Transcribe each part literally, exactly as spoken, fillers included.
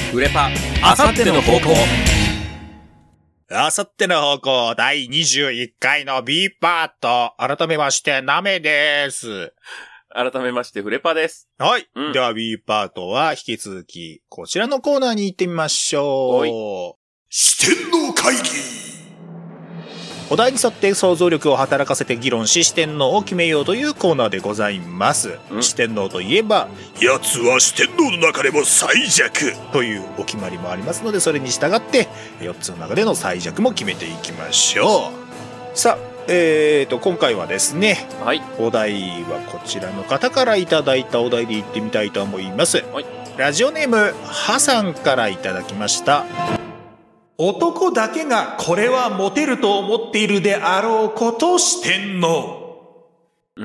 フレパあさっての方向。 あさっての方向だいにじゅういっかいの B パート。改めましてナメです。 改めましてフレパです。 はい、 うん、 では B パートは引き続きこちらのコーナーに行ってみましょう。四天王会議。お題に沿って想像力を働かせて議論し四天王を決めようというコーナーでございます。 うん、 四天王といえば奴は四天王の中でも最弱というお決まりもありますので、それに従ってよっつの中での最弱も決めていきましょう。さあ、えーと今回はですね、 はい、 お題はこちらの方からいただいたお題でいってみたいと思います。 はい、 ラジオネームハさんからいただきました。男だけがこれはモテると思っているであろうこと四天王。 うん。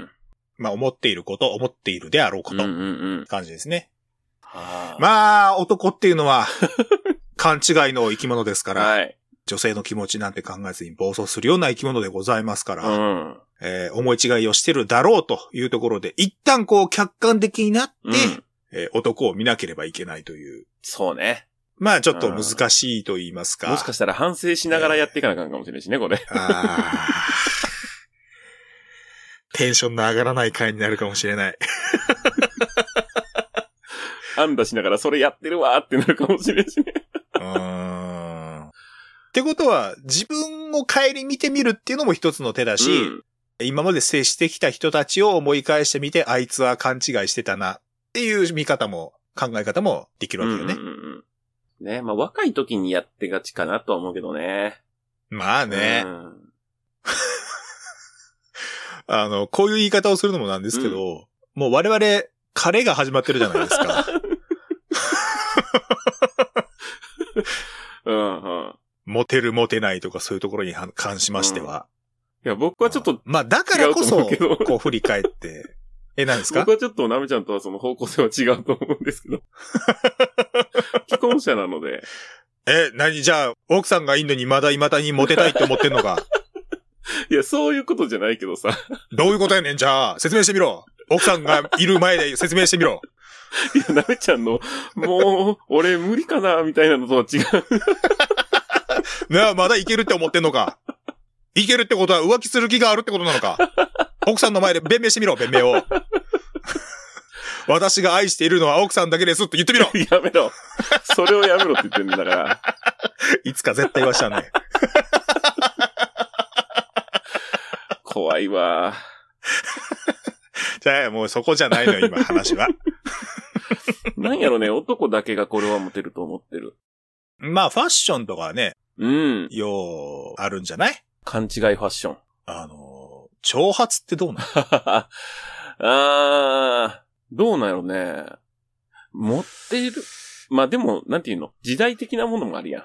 まあ思っていること、思っているであろうこと。 うんうんうん。 感じですね。 はあ、 まあ男っていうのは勘違いの生き物ですから、 はい、 女性の気持ちなんて考えずに暴走するような生き物でございますから、 うん、 えー、思い違いをしてるだろうというところで、一旦こう客観的になって、 うんえー、男を見なければいけないという。 そうね。 まあちょっと難しいと言いますか。 もしかしたら反省しながらやっていかなあかんかもしれないしね、これ。 あテンションの上がらない回になるかもしれない。 安打しながらそれやってるわーってなるかもしれないしね。 うーん。ってことは、自分を顧みてみるっていうのも一つの手だし、うん、今まで接してきた人たちを思い返してみて、あいつは勘違いしてたなっていう見方も、考え方もできるわけよね。 うんうんうんね、まあ若い時にやってがちかなとは思うけどね。 まあね。 うん、 あの、こういう言い方をするのもなんですけど、うん、もう我々、彼が始まってるじゃないですか。 うんうん、 モテるモテないとかそういうところに関しましては。 うん、いや、僕はちょっと、 まあだからこそ、こう振り返って、え、何ですか？ 僕はちょっとナメちゃんとはその方向性は違うと思うんですけど。既婚者なので。 え、何じゃあ、奥さんがいんのにまだ未だにモテたいって思ってんのか？ いや、そういうことじゃないけどさ。 どういうことやねん、じゃあ、説明してみろ。奥さんがいる前で説明してみろ。 いや、ナメちゃんの、もう、俺無理かな、みたいなのとは違う。なあ、まだいけるって思ってんのか？いけるってことは浮気する気があるってことなのか？奥さんの前で弁明してみろ、弁明を。私が愛しているのは奥さんだけですって言ってみろ。 やめろ。それをやめろって言ってんだから。 いつか絶対言わしたね。 怖いわ。 じゃあもうそこじゃないのよ、今話は。 なんやろね、男だけがこれはモテると思ってる。 まあファッションとかはね。 うん。 よう、あるんじゃない？ 勘違いファッション。 あの、長髪ってどうなの？ あー。どうなんやろね。持っている。まあでも、なんていうの？時代的なものもあるやん。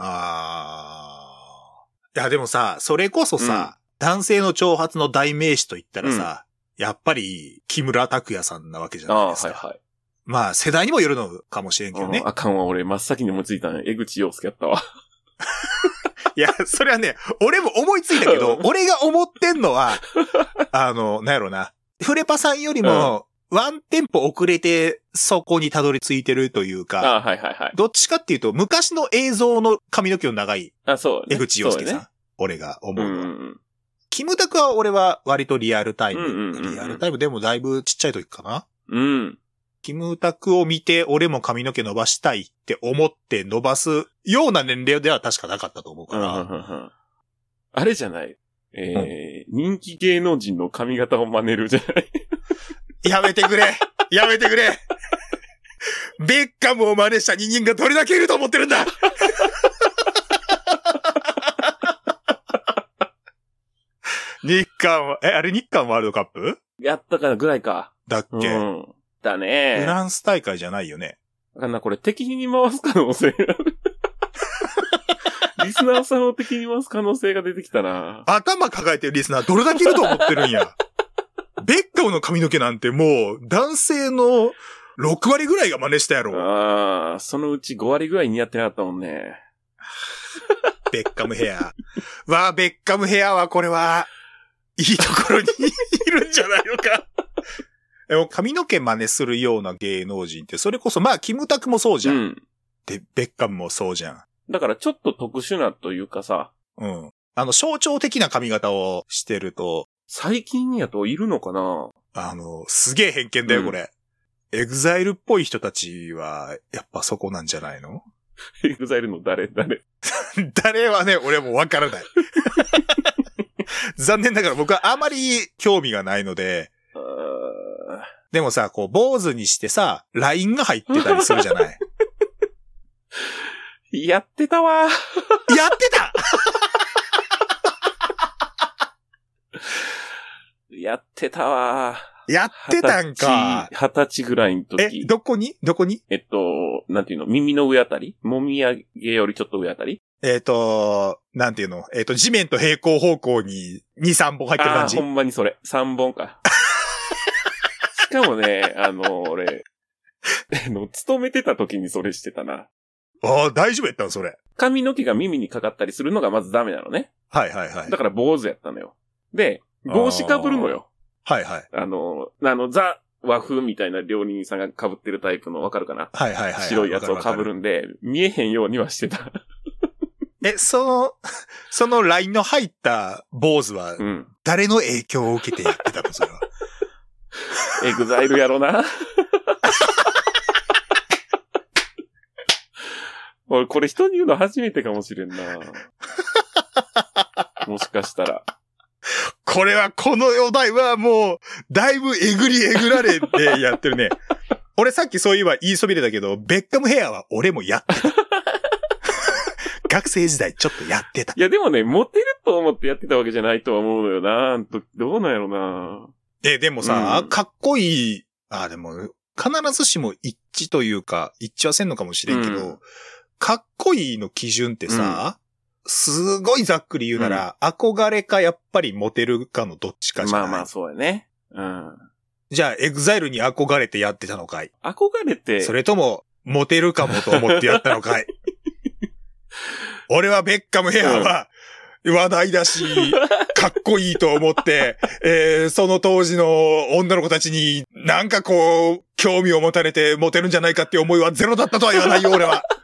あー。いやでもさ、それこそさ、うん、男性の長髪の代名詞と言ったらさ、うん、やっぱり木村拓哉さんなわけじゃないですか。あー、はいはい。まあ世代にもよるのかもしれんけどね。 あかんわ、俺真っ先に思いついたね。江口洋介やったわ。 いや、それはね、俺も思いついたけど、俺が思ってんのは、あの、なんやろな。フレパさんよりも、うんワンテンポ遅れてそこにたどり着いてるというか、 あはいはいはい。 どっちかっていうと昔の映像の髪の毛の長いあそう、ね、 江口洋介さん、ね、俺が思うのは、 うんうん、 キムタクは俺は割とリアルタイム、 うんうんうんうん、 リアルタイムでもだいぶちっちゃい時かな。 うん。 キムタクを見て俺も髪の毛伸ばしたいって思って伸ばすような年齢では確かなかったと思うから。 うんうんうん、あれじゃない。えーうん、人気芸能人の髪型を真似るじゃないやめてくれやめてくれベッカムを真似した人間がどれだけいると思ってるんだ日韓は、え、あれ日韓ワールドカップやったかなぐらいか。 だっけ、うん、 だね。 フランス大会じゃないよね。 だからな、これ敵に回す可能性がある。リスナーさんを敵に回す可能性が出てきたな。 頭抱えてるリスナーどれだけいると思ってるんや。ベッカムの髪の毛なんてもう男性のろくわりぐらいが真似したやろ。 ああ、そのうちごわりぐらい似合ってなかったもんね。 ベッカムヘア。わあ、ベッカムヘアはこれは、いいところにいるんじゃないのか。でも髪の毛真似するような芸能人って、それこそまあ、キムタクもそうじゃん。うん、 で、ベッカムもそうじゃん。 だからちょっと特殊なというかさ。 うん。あの、象徴的な髪型をしてると。 最近やといるのかな？ あの、すげえ偏見だよ、うん、これ。エグザイルっぽい人たちは、やっぱそこなんじゃないの？ エグザイルの誰誰誰はね、俺もわからない。残念ながら僕はあまり興味がないので。でもさ、こう、坊主にしてさ、ライン が入ってたりするじゃない。 やってたわ。 やってたやってたわ。 やってたんか。 二十歳ぐらいの時。 え、どこにどこにえっと、なんていうの、耳の上あたり？もみあげよりちょっと上あたり？ えっと、なんていうのえっと、地面と平行方向にに、さんぼん入ってる感じ？ あ、ほんまにそれ。さんぼんか。しかもね、あの、俺、あの、勤めてた時にそれしてたな。 ああ、大丈夫やったのそれ。 髪の毛が耳にかかったりするのがまずダメなのね。 はいはいはい。 だから坊主やったのよ。で、帽子かぶるのよ。 はいはい。 あの、あの、ザ・和風みたいな料理人さんが被ってるタイプのわかるかな？はいはいはい。白いやつを被るんで、見えへんようにはしてた。 え、その、そのラインの入った坊主は、誰の影響を受けてやってたのそれは。 エグザイルやろな。俺、これ人に言うの初めてかもしれんな。もしかしたら。 これは、このお題はもう、だいぶえぐりえぐられてやってるね。俺さっきそういえば言いそびれたけど、ベッカムヘアは俺もやってた。学生時代ちょっとやってた。 いやでもね、モテると思ってやってたわけじゃないとは思うのよな。どうなんやろな。 え、でもさ、うん、かっこいい、あ、でも、必ずしも一致というか、一致はせんのかもしれんけど、うん、かっこいいの基準ってさ、うんすごいざっくり言うなら、うん、憧れかやっぱりモテるかのどっちかじゃない？ まあまあそうやね。うん。 じゃあ、エグザイルに憧れてやってたのかい？ 憧れて。 それとも、モテるかもと思ってやったのかい？俺はベッカムヘアは、話題だし、かっこいいと思って、えー、その当時の女の子たちになんかこう、興味を持たれてモテるんじゃないかっていう思いはゼロだったとは言わないよ、俺は。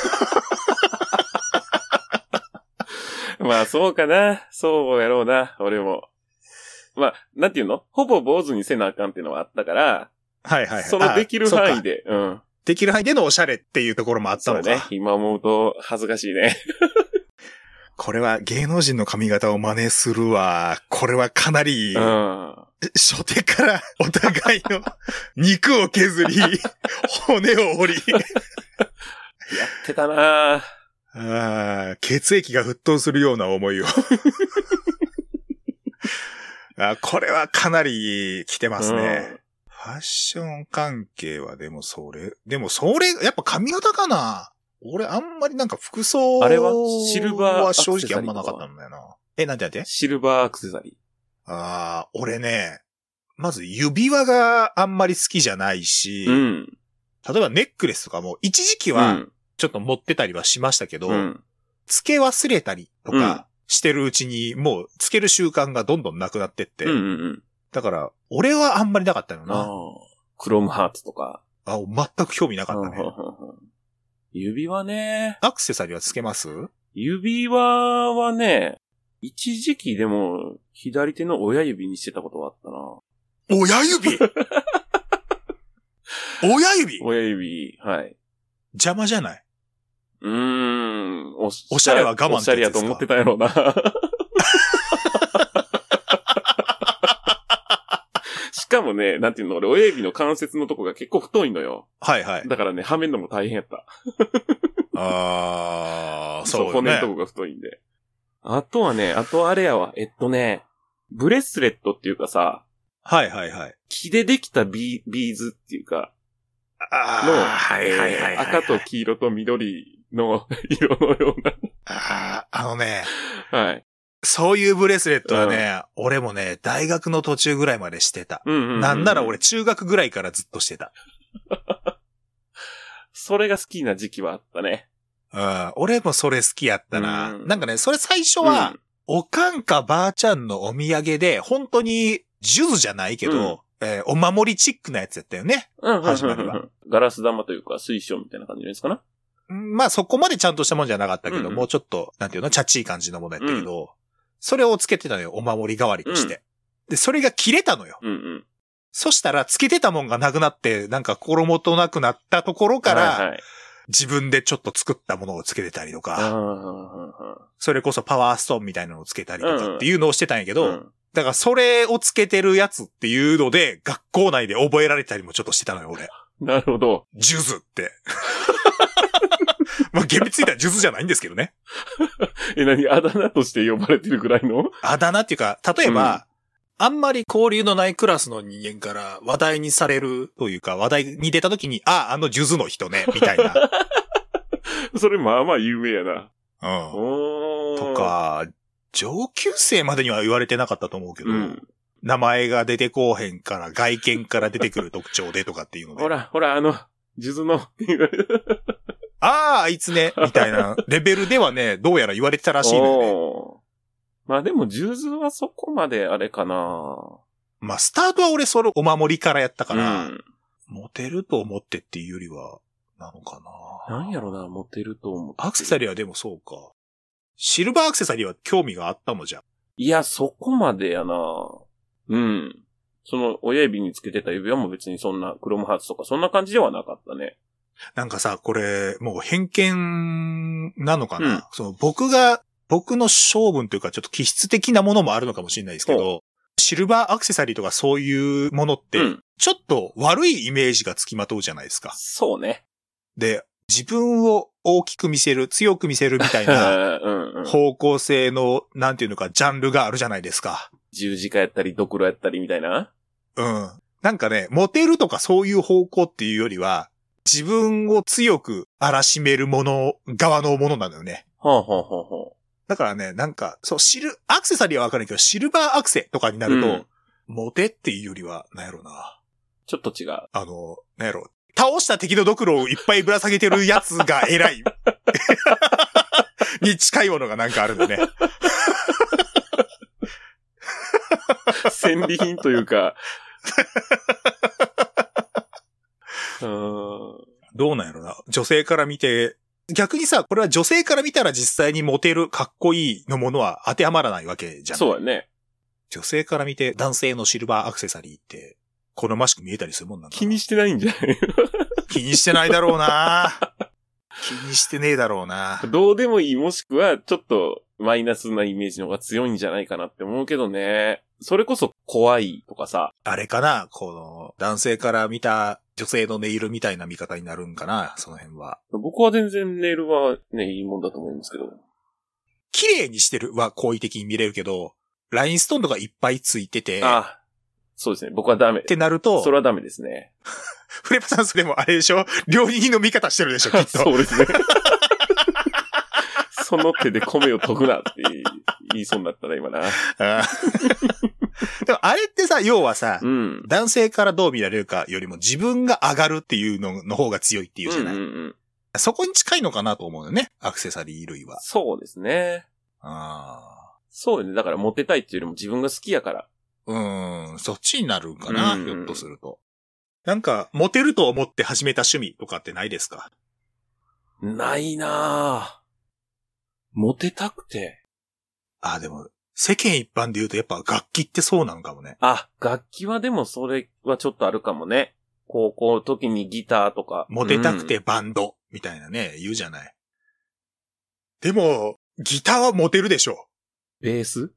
まあそうかな。そうやろうな。俺も。まあ、なんていうの？ほぼ坊主にせなあかんっていうのはあったから。 はいはいはい。 そのできる範囲で。うん。 できる範囲でのおしゃれっていうところもあったのか。 そうね。今思うと恥ずかしいね。 これは芸能人の髪型を真似するわ。これはかなり、うん、初手からお互いの肉を削り、骨を折り。やってたなぁ。 ああ、血液が沸騰するような思いを。あ、これはかなり来てますね、うん。ファッション関係はでもそれ、でもそれ、やっぱ髪型かな？俺あんまりなんか服装は。 あれはシルバーは正直あんまなかったんだよな。え、なんてなんて？ シルバーアクセサリー。ああ、俺ね、まず指輪があんまり好きじゃないし、 うん、 例えばネックレスとかも一時期は、うんちょっと持ってたりはしましたけど、うん、付け忘れたりとかしてるうちにもう付ける習慣がどんどんなくなってって、 うんうんうん、 だから俺はあんまりなかったよな。 クロムハーツとか。 あ、全く興味なかったね。 指輪ね。 アクセサリーは付けます？ 指輪はね、一時期でも左手の親指にしてたことはあったな。 親指親指親指、はい。 邪魔じゃない？ うーん。おし、 おしゃれは我慢ってやつですか？ おしゃれやと思ってたやろうな。しかもね、なんていうの、俺親指の関節のとこが結構太いのよ。 はいはい。 だからね、はめんのも大変やった。 あー、そうね。 そう、骨のとこが太いんで。あとはね、あとあれやわ。えっとね、ブレスレットっていうかさ。 はいはいはい。 木でできたビー、ビーズっていうか。 あの、 はいはいはいはい、はい。 赤と黄色と緑の色のような。 ああ、あのね。 はい。 そういうブレスレットはね、うん、俺もね、大学の途中ぐらいまでしてた。 うんうんうんうん、 なんなら俺中学ぐらいからずっとしてた。 それが好きな時期はあったね。 うん、俺もそれ好きやったな。うん、なんかね、それ最初は、うん、おかんかばあちゃんのお土産で、本当に、数珠じゃないけど、うんえー、お守りチックなやつやったよね。 うん、始まりは。ガラス玉というか、水晶みたいな感じですかな。 まあそこまでちゃんとしたもんじゃなかったけど、 うんうん、 もうちょっと、なんていうの、チャッチい感じのものやったけど、うん、それをつけてたのよ、お守り代わりとして。うん、で、それが切れたのよ。 うんうん、 そしたら、つけてたもんがなくなって、なんか心もとなくなったところから、はいはい、自分でちょっと作ったものをつけてたりとか、それこそパワーストーンみたいなのをつけたりとかっていうのをしてたんやけど、うんうん、だからそれをつけてるやつっていうので、学校内で覚えられたりもちょっとしてたのよ、俺。 なるほど。 ジュズって。まあ、厳密に言ったらジュズじゃないんですけどね。 え、何あだ名として呼ばれてるぐらいのあだ名っていうか、例えば、うん、あんまり交流のないクラスの人間から話題にされるというか、話題に出た時に、あ、あのジュズの人ね、みたいな。 それまあまあ有名やな。うん。 とか、上級生までには言われてなかったと思うけど、うん、名前が出てこうへんから、外見から出てくる特徴でとかっていうので。 ほら、ほら、あの、ジュズのって言われる。 ああ、あいつね、みたいなレベルではね、どうやら言われてたらしいのよね。 まあでも、ジュズはそこまであれかな。 まあ、スタートは俺それお守りからやったから、うん、モテると思ってっていうよりは、なのかな。 なんやろな、モテると思って。 アクセサリーはでもそうか。シルバーアクセサリーは興味があったもんじゃん。 いや、そこまでやな。うん。その、親指につけてた指輪も別にそんな、クロムハーツとかそんな感じではなかったね。 なんかさ、これ、もう偏見なのかな、うん、その僕が、僕の性分というかちょっと気質的なものもあるのかもしれないですけど、シルバーアクセサリーとかそういうものって、ちょっと悪いイメージがつきまとうじゃないですか。 そうね。 で、自分を大きく見せる、強く見せるみたいな方向性の、なんていうのか、ジャンルがあるじゃないですか。 十字架やったり、ドクロやったりみたいな。 うん。なんかね、モテるとかそういう方向っていうよりは、自分を強く荒らしめるもの、側のものなのよね。 はあ、はあははあ、 だからね、なんか、そう、シル、アクセサリーはわかるけど、シルバーアクセとかになると、うん、モテっていうよりは、なんやろな。 ちょっと違う。 あの、なんやろ。倒した敵のドクロをいっぱいぶら下げてるやつが偉い。に近いものがなんかあるんだね。 戦利品というか。うーんどうなんやろな。女性から見て、逆にさ、これは女性から見たら実際にモテるかっこいいのものは当てはまらないわけじゃん。 そうだね。 女性から見て男性のシルバーアクセサリーって好ましく見えたりするもんなんだな。 気にしてないんじゃない気にしてないだろうな。気にしてねえだろうな。 どうでもいいもしくはちょっとマイナスなイメージの方が強いんじゃないかなって思うけどね。それこそ怖いとかさ。 あれかな、この男性から見た女性のネイルみたいな見方になるんかな、その辺は。 僕は全然ネイルはね、いいもんだと思いますけど。 綺麗にしてるは好意的に見れるけど、ラインストーンとかいっぱいついてて。 ああ、そうですね。僕はダメ。 ってなると。 それはダメですね。 フレパさんそれもあれでしょ、料理人の見方してるでしょ、きっと。 そうですね。その手で米を研ぐなって言いそうになったな、今な。 でもあれってさ、要はさ、 うん、 男性からどう見られるかよりも自分が上がるっていうのの方が強いっていうじゃない、 うんうんうん、 そこに近いのかなと思うよね、アクセサリー類は。 そうですね。 あそうね。だからモテたいっていうよりも自分が好きやから。 うーん、そっちになるんかな、うんうん、ひょっとすると。なんか、モテると思って始めた趣味とかってないですか？ ないなぁ。モテたくて。 あ、でも、世間一般で言うとやっぱ楽器ってそうなのかもね。 あ、楽器はでもそれはちょっとあるかもね。高校の時にギターとか。 モテたくてバンドみたいなね、うん、言うじゃない。でも、ギターはモテるでしょ。 ベース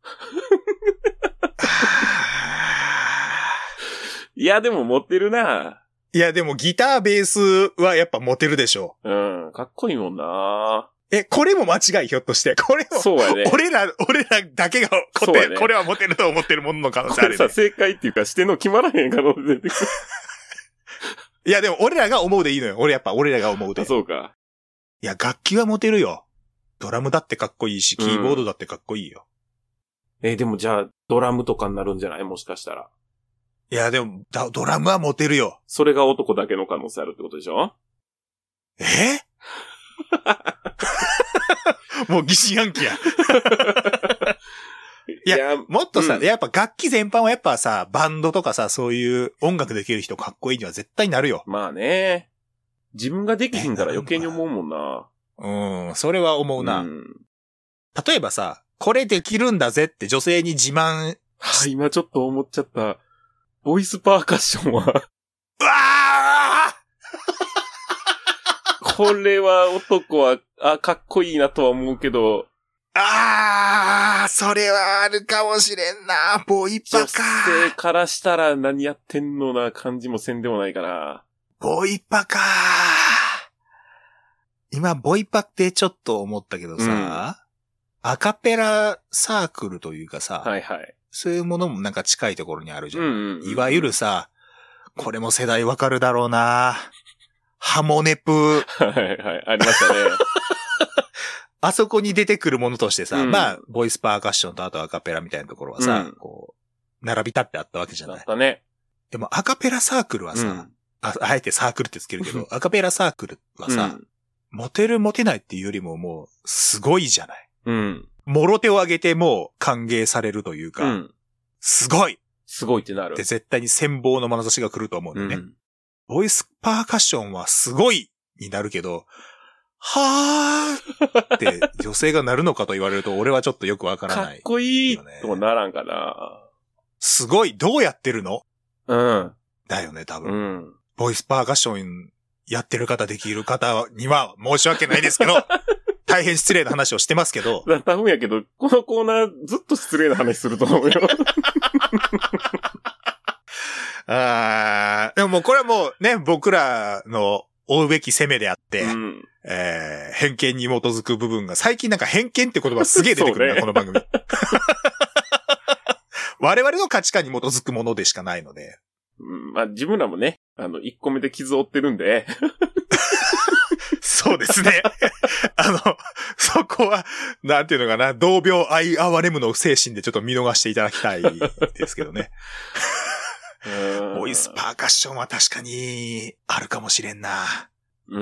いや、でもモテるな。 いや、でもギター、ベースはやっぱモテるでしょ。 うん、かっこいいもんな。 え、これも間違いひょっとして。これも、 そうやね。 俺ら、俺らだけがこて、ね、これはモテると思ってるものの可能性ある、ね。 これさ、正解っていうか、しての決まらへん可能性出てくる。 いや、でも俺らが思うでいいのよ。俺やっぱ俺らが思うで。 そうか。 いや、楽器はモテるよ。ドラムだってかっこいいし、キーボードだってかっこいいよ。 うん、え、でもじゃあ、ドラムとかになるんじゃない？もしかしたら。 いや、でも、ドラムはモテるよ。 それが男だけの可能性あるってことでしょ？ えもう疑心暗鬼や。いや、いやもっとさ、うん、やっぱ楽器全般はやっぱさ、バンドとかさ、そういう音楽できる人かっこいいには絶対なるよ。 まあね。 自分ができひんから余計に思うもんな。 うん、それは思うな。うん、例えばさ、これできるんだぜって女性に自慢。 は今ちょっと思っちゃった。ボイスパーカッションは。うわーこれは男は、あ、かっこいいなとは思うけど。 あー、それはあるかもしれんな。ボイパか。 女性からしたら何やってんのな感じもせんでもないから。 ボイパか。今、ボイパってちょっと思ったけどさ、うん、アカペラサークルというかさ、 はいはい、 そういうものもなんか近いところにあるじゃん。 うんうんうん、 いわゆるさ、これも世代わかるだろうな。ハモネプ。 はいはい、ありましたね。 あそこに出てくるものとしてさ、うん、まあ、ボイスパーカッションとあとアカペラみたいなところはさ、うん、こう、並び立ってあったわけじゃない。 だったね。 でもアカペラサークルはさ、うん、あ, あえてサークルってつけるけど、アカペラサークルはさ、うん、モテるモテないっていうよりももう、すごいじゃない。 うん。 もろ手を挙げてもう歓迎されるというか、うん、すごいすごいってなる。 で、絶対に羨望の眼差しが来ると思うんだよね。うん、ボイスパーカッションはすごいになるけど、はーって女性がなるのかと言われると俺はちょっとよくわからない、ね。 かっこいいとならんかな。 すごい、どうやってるの？ うん。 だよね、多分。 うん。 ボイスパーカッションやってる方、できる方には申し訳ないですけど、大変失礼な話をしてますけど。 多分やけど、このコーナーずっと失礼な話すると思うよ。 あー、でももうこれはもうね、僕らの追うべき攻めであって、うん、えー、偏見に基づく部分が、最近なんか偏見って言葉すげえ出てくるんだ、ね、この番組。我々の価値観に基づくものでしかないので。 うん、まあ自分らもね、あの、一個目で傷を負ってるんで。 そうですね。あの、そこは、なんていうのかな、同病愛哀れむの精神でちょっと見逃していただきたいですけどね。ボイスパーカッションは確かに、あるかもしれんな。 うん。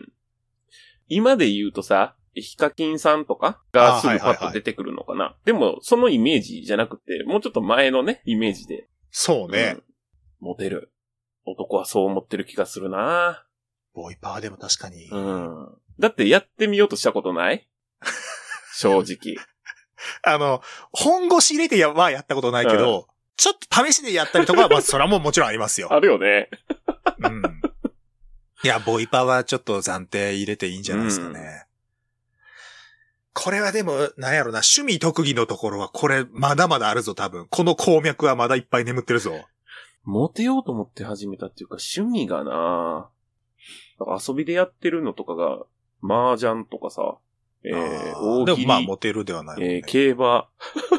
今で言うとさ、ヒカキンさんとかがすぐパッと出てくるのかな。はいはいはい、でも、そのイメージじゃなくて、もうちょっと前のね、イメージで。 そうね。うん、 モテる。男はそう思ってる気がするな。 ボイパーでも確かに。 うん。だってやってみようとしたことない正直。 あの、本腰入れてはやったことないけど、うん、ちょっと試しでやったりとかは、まあ、それはもうもちろんありますよ。 あるよね。 うん。いや、ボイパーはちょっと暫定入れていいんじゃないですかね。うん、これはでも、なんやろな、趣味特技のところは、これ、まだまだあるぞ、多分。この鉱脈はまだいっぱい眠ってるぞ。 モテようと思って始めたっていうか、趣味がな遊びでやってるのとかが、麻雀とかさ、えー、大喜利。 でもまあ、モテるではない、ね。 えー、競馬。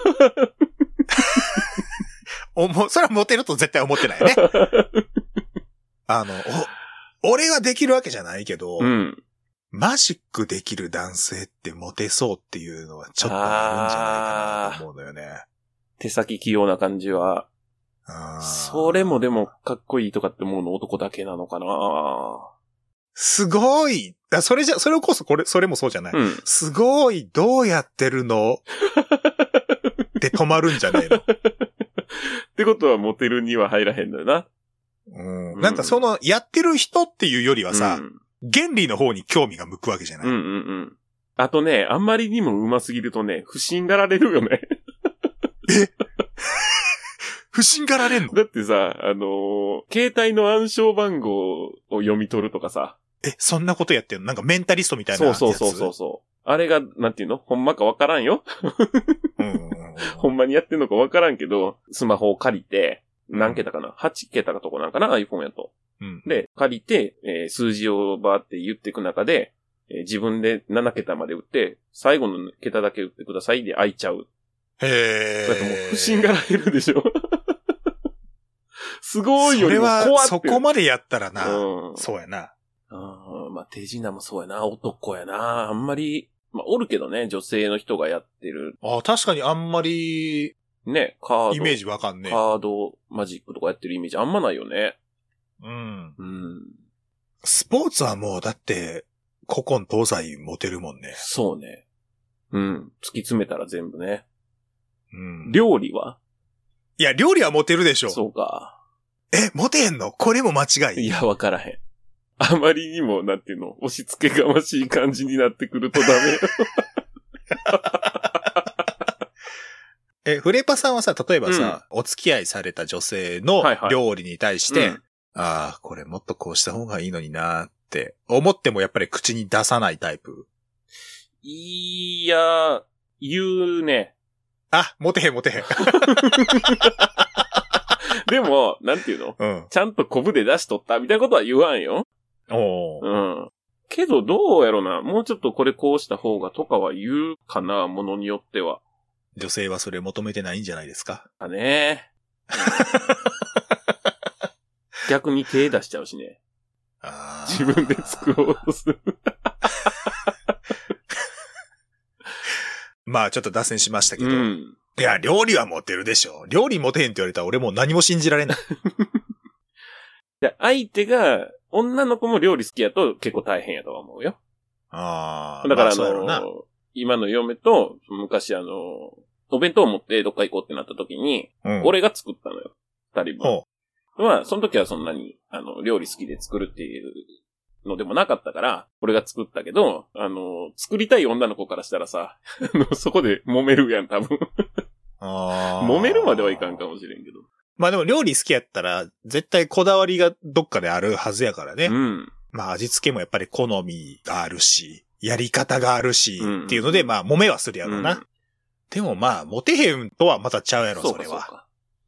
おも、それはモテると絶対思ってないね。あの、お、俺はできるわけじゃないけど、 うん、 マジックできる男性ってモテそうっていうのはちょっとあるんじゃないかなと思うのよね。 手先器用な感じは。それもでもかっこいいとかって思うの男だけなのかな。 すごい。それじゃ、それこそこれ、それもそうじゃない。うん、すごい。どうやってるのって止まるんじゃないのってことはモテるには入らへんのよな。 うん。なんかその、やってる人っていうよりはさ、うん、原理の方に興味が向くわけじゃない。 うんうんうん。あとね、あんまりにも上手すぎるとね、不審がられるよね。 え不審がられんの？ だってさ、あのー、携帯の暗証番号を読み取るとかさ。 え、そんなことやってんの？なんかメンタリストみたいなやつ。 そうそうそうそう。あれが、なんていうの？ほんまかわからんよ。 うん、 ほんまにやってんのかわからんけど、スマホを借りて、何桁かな ?はち 桁かとこなんかな ?iPhone やと。 うん、 で、借りて、えー、数字をバーって言っていく中で、えー、自分でなな桁まで打って、最後の桁だけ打ってくださいで開いちゃう。 へー。 だってもう不審がられるでしょ。すごいよりも怖って。 それは、そこまでやったらな。 うん、 そうやな。 うん、まあ、手品もそうやな。男やな。あんまり、まあ、おるけどね、女性の人がやってる。 ああ、確かにあんまり、 ね、カード。 イメージわかんねえ。 カードマジックとかやってるイメージあんまないよね。 うん。 うん。 スポーツはもう、だって、古今東西モテるもんね。 そうね。うん。突き詰めたら全部ね。 うん。 料理はいや、料理はモテるでしょ。 そうか。 え、モテへんの？これも間違い。 いや、わからへん。 あまりにも、なんていうの、押し付けがましい感じになってくるとダメよ。 え、フレパさんはさ、例えばさ、うん、お付き合いされた女性の料理に対して、はいはいうん、ああ、これもっとこうした方がいいのになって思ってもやっぱり口に出さないタイプ？ いや、言うね。 あ、モテへんモテへん。 でも、なんていうの、うん、ちゃんとコブで出しとったみたいなことは言わんよ。おうん。けどどうやろな、もうちょっとこれこうした方がとかは言うかな、ものによっては。 女性はそれ求めてないんじゃないですか？ だね。逆に手出しちゃうしね。あ自分で作ろうとする。 まあちょっと脱線しましたけど。うん、いや、料理はモテるでしょ。料理モテへんって言われたら俺もう何も信じられない。 で相手が、女の子も料理好きやと結構大変やとは思うよ。 ああ。 だからあの、まあ、今の嫁と昔あの、お弁当を持ってどっか行こうってなった時に、うん、俺が作ったのよ。二人分。まあ、その時はそんなに、あの、料理好きで作るっていうのでもなかったから、俺が作ったけど、あの、作りたい女の子からしたらさ、そこで揉めるやん、多分。あ揉めるまではいかんかもしれんけど。 まあでも料理好きやったら、絶対こだわりがどっかであるはずやからね。うん。まあ味付けもやっぱり好みがあるし、やり方があるし、うん、っていうので、まあ揉めはするやろうな。うん、でもまあ、モテへんとはまたちゃうやろ、それは。そうかそうか。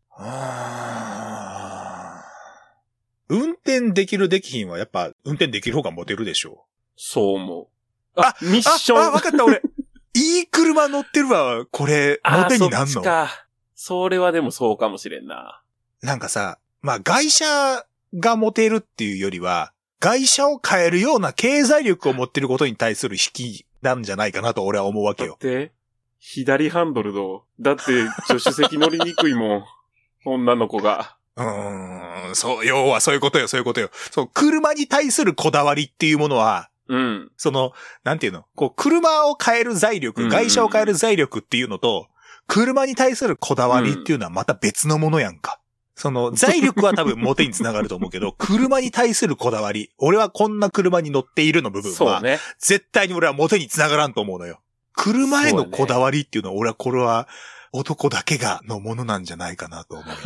あ運転できるできひんはやっぱ運転できる方がモテるでしょう。 そう思う。あ、ミッション。 あ、あ、わかった俺。いい車乗ってるわ、これ、モテになんの？ そっちか。それはでもそうかもしれんな。 なんかさ、まあ外車がモテるっていうよりは、外車を変えるような経済力を持ってることに対する引きなんじゃないかなと俺は思うわけよ。 だって左ハンドルの。だって助手席乗りにくいもん。女の子が。 うーん、そう、要はそういうことよ、そういうことよ。そう、車に対するこだわりっていうものは、うん。その、なんていうの、こう、車を変える財力、外車を変える財力っていうのと、車に対するこだわりっていうのはまた別のものやんか。その、財力は多分モテにつながると思うけど、車に対するこだわり、俺はこんな車に乗っているの部分は、ね、絶対に俺はモテにつながらんと思うのよ。車へのこだわりっていうのは、俺はこれは男だけがのものなんじゃないかなと思うよね。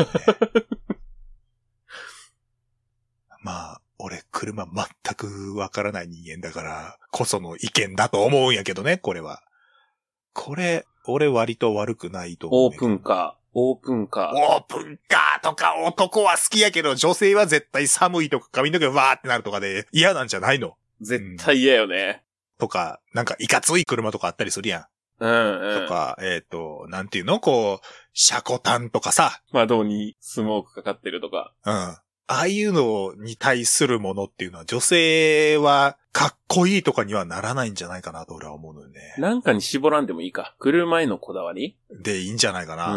まあ、俺車全くわからない人間だからこその意見だと思うんやけどね、これは。これ、俺割と悪くないと思う。 オープンカー、オープンカー。 オープンカーとか男は好きやけど、女性は絶対寒いとか髪の毛わーってなるとかで嫌なんじゃないの？ 絶対嫌よね。 とか、なんかいかつい車とかあったりするやん。 うんうん。 とか、えっと、なんていうのこう、車庫端とかさ。 窓にスモークかかってるとか。 うん。ああいうのに対するものっていうのは女性はかっこいいとかにはならないんじゃないかなと俺は思うのよね。 なんかに絞らんでもいいか。車へのこだわりでいいんじゃないかな。 うん。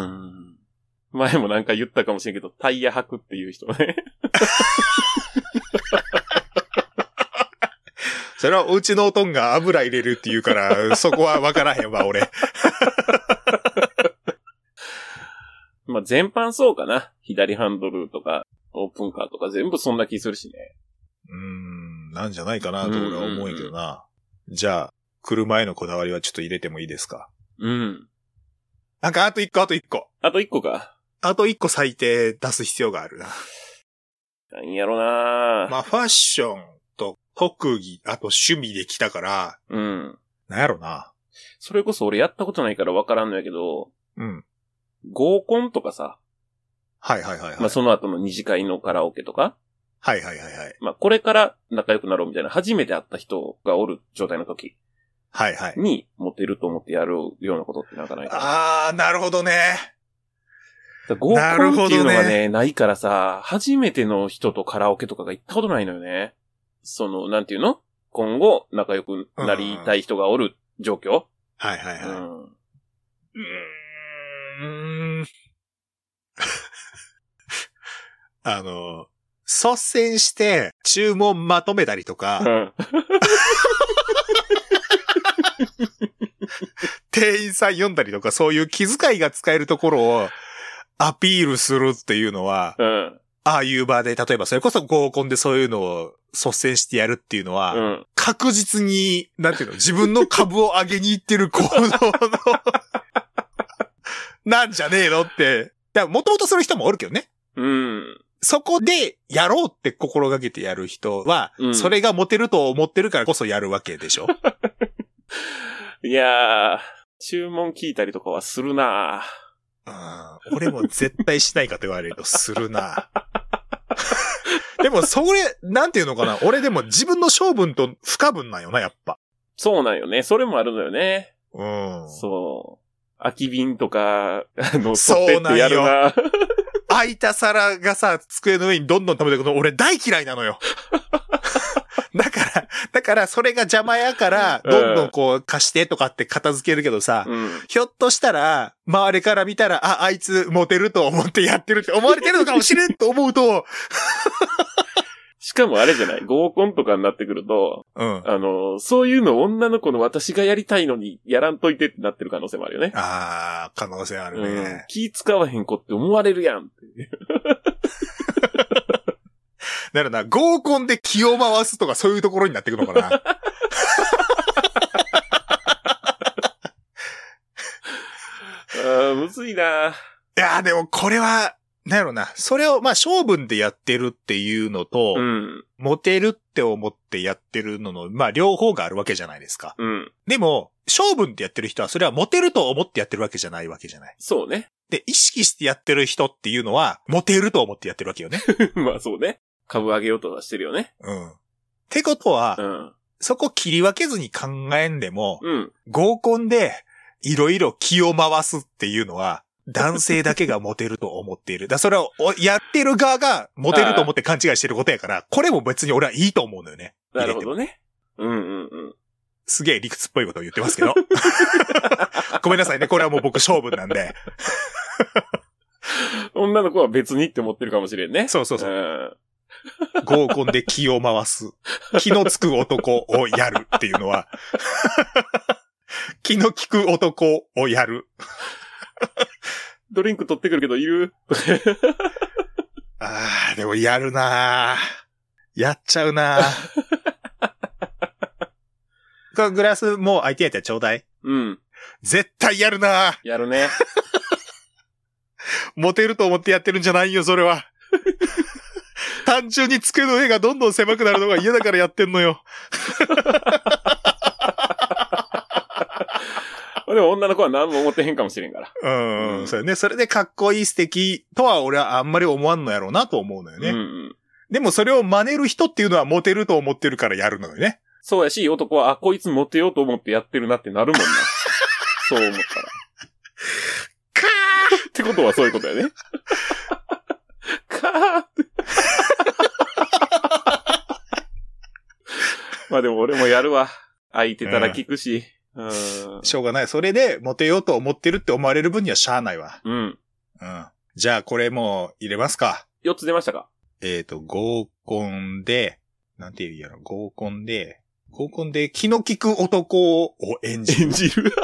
前もなんか言ったかもしれんけど、タイヤ履くっていう人ね。 それはおうちのおとんが油入れるって言うから、そこはわからへんわ、俺。 まあ、全般そうかな。左ハンドルとか、オープンカーとか全部そんな気するしね。 うーん、なんじゃないかなと俺は思うんやけどな。じゃあ、車へのこだわりはちょっと入れてもいいですか？ うん。 なんかあと一個、あと一個。 あと一個か。 あと一個最低出す必要があるな。 なんやろな。 まあ、ファッションと特技、あと趣味で来たから、 うん。 なんやろな。 それこそ俺やったことないからわからんのやけど、 うん。 合コンとかさ。 はいはいはいはい。 まあその後の二次会のカラオケとか。 はいはいはいはい。 まあこれから仲良くなろうみたいな初めて会った人がおる状態の時。 はいはい。 にモテると思ってやるようなことってなんかないかな。 あー、なるほどね。 合コンっていうのがね、ないからさ、初めての人とカラオケとかが行ったことないのよね。その、なんていうの？今後仲良くなりたい人がおる状況？うん、 はいはいはい。うん。うーん。あの、率先して注文まとめたりとか、うん、店員さん読んだりとかそういう気遣いが使えるところをアピールするっていうのは、うん、ああいう場で、例えばそれこそ合コンでそういうのを率先してやるっていうのは、 うん、 確実に、なんていうの、自分の株を上げに行ってる行動の、なんじゃねえのって。もともとする人もおるけどね。 うん。 そこで、やろうって心がけてやる人は、うん、それがモテると思ってるからこそやるわけでしょ。 いやー、注文聞いたりとかはするなぁ。うん。俺も絶対しないかと言われるとするなぁ。でも、それ、なんていうのかな。俺でも自分の性分と不可分なんよな、やっぱ。 そうなんよね。それもあるのよね。 うん。 そう。空き瓶とか、あの、取ってってやるな。 空いた皿がさ、机の上にどんどん食べてくるの、俺大嫌いなのよ。だから、だからそれが邪魔やから、どんどんこう貸してとかって片付けるけどさ、うん、ひょっとしたら、周りから見たら、あ、あいつモテると思ってやってるって思われてるのかもしれんと思うと、 しかもあれじゃない合コンとかになってくると、うん、あの、そういうの女の子の私がやりたいのにやらんといてってなってる可能性もあるよね。 ああ、可能性あるね、うん。 気使わへん子って思われるやんって。 なるな、合コンで気を回すとかそういうところになってくるのかな。 ああ、むずいな。 いや、でもこれは、なんやろな。それを、まあ、性分でやってるっていうのと、うん、モテるって思ってやってるのの、まあ、両方があるわけじゃないですか。うん、でも、性分でやってる人は、それはモテると思ってやってるわけじゃないわけじゃない。 そうね。 で、意識してやってる人っていうのは、モテると思ってやってるわけよね。 まあ、そうね。株上げようとはしてるよね。 うん。ってことは、うん、そこ切り分けずに考えんでも、うん、合コンで、いろいろ気を回すっていうのは、男性だけがモテると思っている。だそれをやってる側がモテると思って勘違いしてることやから、これも別に俺はいいと思うのよね。 なるほどね。うんうんうん。 すげえ理屈っぽいことを言ってますけど。ごめんなさいね。これはもう僕勝負なんで。 女の子は別にって思ってるかもしれんね。 そうそうそう。うん、合コンで気を回す。気のつく男をやるっていうのは、気の利く男をやる。 ドリンク取ってくるけどいるああ、でもやるなー。やっちゃうなー。グラスもう空いてやったらちょうだい。 うん。 絶対やるなー。 やるね。 モテると思ってやってるんじゃないよ、それは。単純に机の上がどんどん狭くなるのが嫌だからやってんのよ。 でも女の子は何も思ってへんかもしれんから。 うん、うん、そうよね。それでかっこいい素敵とは俺はあんまり思わんのやろうなと思うのよね。うんうん、でもそれを真似る人っていうのはモテると思ってるからやるのよね。 そうやし、男は、あ、こいつモテようと思ってやってるなってなるもんな。そう思ったら。 かーってことはそういうことやね。かーって。まあでも俺もやるわ。空いてたら聞くし。うん、 しょうがない。それでモテようと思ってるって思われる分にはしゃあないわ。 うん。 うん。じゃあこれもう入れますか。 よっつ出ましたか。 えっと、合コンで、なんて言うやろ、合コンで、合コンで気の利く男を演じる。 演じる。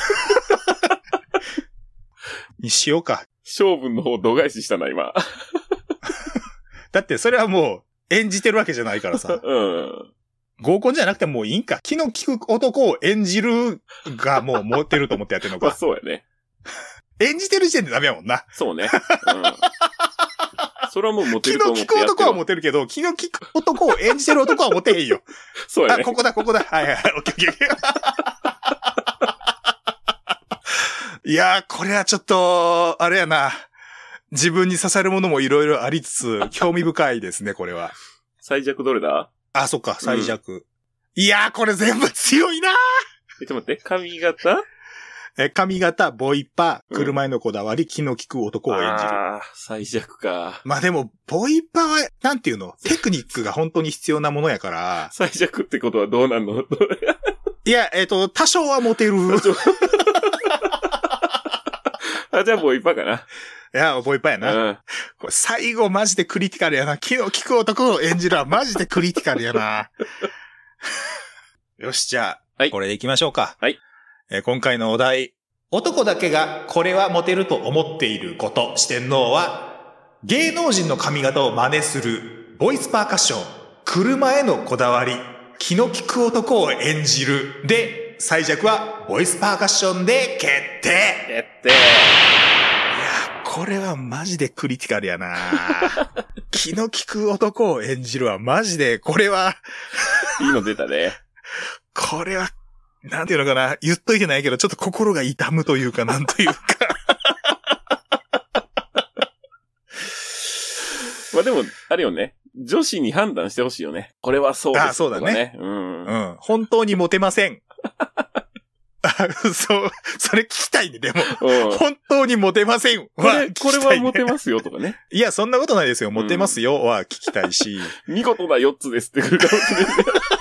にしようか。 勝負の方度外視したな、今。 だってそれはもう演じてるわけじゃないからさ。 うん。 合コンじゃなくてもういいんか。気の利く男を演じるがもうモテると思ってやってるのか。 まあそうやね。 演じてる時点でダメやもんな。 そうね。うん、それはもうモテると思ってやってる。 気の利く男はモテるけど、気の利く男を演じてる男はモテへんよ。 そうやね。 あ、ここだ、ここだ。はいはいはい。オッケーオッケー。いやー、これはちょっと、あれやな。自分に刺さるものもいろいろありつつ、興味深いですね、これは。 最弱どれだ？ あ、そっか、最弱。うん、いやー、これ全部強いなー。 え、ちょっと待って、髪型？ え、髪型、ボイパ、車へのこだわり、うん、気の利く男を演じる。 ああ、最弱か。 まあでも、ボイパは、なんていうの？テクニックが本当に必要なものやから。 最弱ってことはどうなんの？ いや、えっと、多少はモテる。 あ、じゃあボイパかな。 いや、ボイパやな。うん、これ最後マジでクリティカルやな。気の利く男を演じるはマジでクリティカルやな。よし、じゃあ、はい、これで行きましょうか。 はい。 えー、今回のお題。男だけがこれはモテると思っていること。四天王は、芸能人の髪型を真似する、ボイスパーカッション、 車へのこだわり、気の利く男を演じるで、最弱はボイスパーカッションで決定決定。いや、 これはマジでクリティカルやな気の利く男を演じるはマジで、これは。 いいの出たね。 これは、なんていうのかな、言っといてないけど、ちょっと心が痛むというか、なんというか。 まあでも、あれよね。女子に判断してほしいよね。これはそうです、ね。 あ、そうだね。 うん。 うん。本当にモテません。あ、そう、それ聞きたいね、でも。うん、本当にモテませんは、これ、ね、これはモテますよとかね。 いや、そんなことないですよ。モテますよは聞きたいし。 うん、見事なよっつですってくるかもしれない。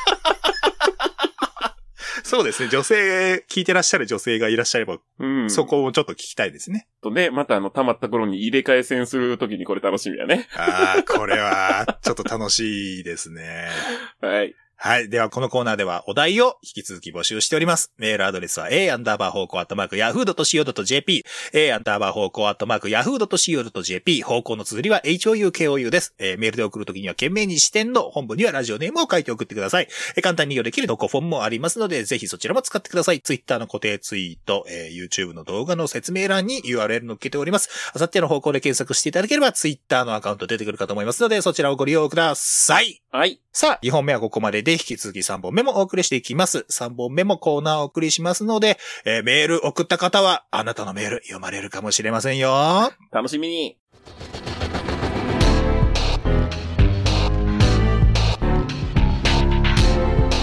そうですね。女性、聞いてらっしゃる女性がいらっしゃれば、うん、そこをちょっと聞きたいですね。 とね、またあの、溜まった頃に入れ替え戦するときにこれ楽しみやね。 ああ、これは、ちょっと楽しいですね。 はい。 はい。では、このコーナーではお題を引き続き募集しております。メールアドレスは a アンダーバー方向アットマーク ヤフードットシーオードットジェーピー、a アンダーバー方向アットマーク ヤフードットシーオードットジェーピー、方向の綴りは エイチオーユーケーオーユー です。えー、メールで送るときには懸命に視点の本文にはラジオネームを書いて送ってください。えー、簡単に利用できる投稿フォームもありますので、ぜひそちらも使ってください。Twitter の固定ツイート、えー、YouTube の動画の説明欄に ユーアールエル 載っけております。あさっての方向で検索していただければ Twitter のアカウント出てくるかと思いますので、そちらをご利用ください。 はい。 さあ、にほんめはここまでで引き続きさんぼんめもお送りしていきます。さんぼんめもコーナーをお送りしますので、えー、メール送った方はあなたのメール読まれるかもしれませんよ。 楽しみに。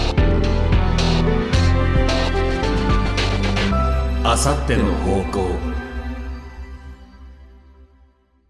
あさっての方向。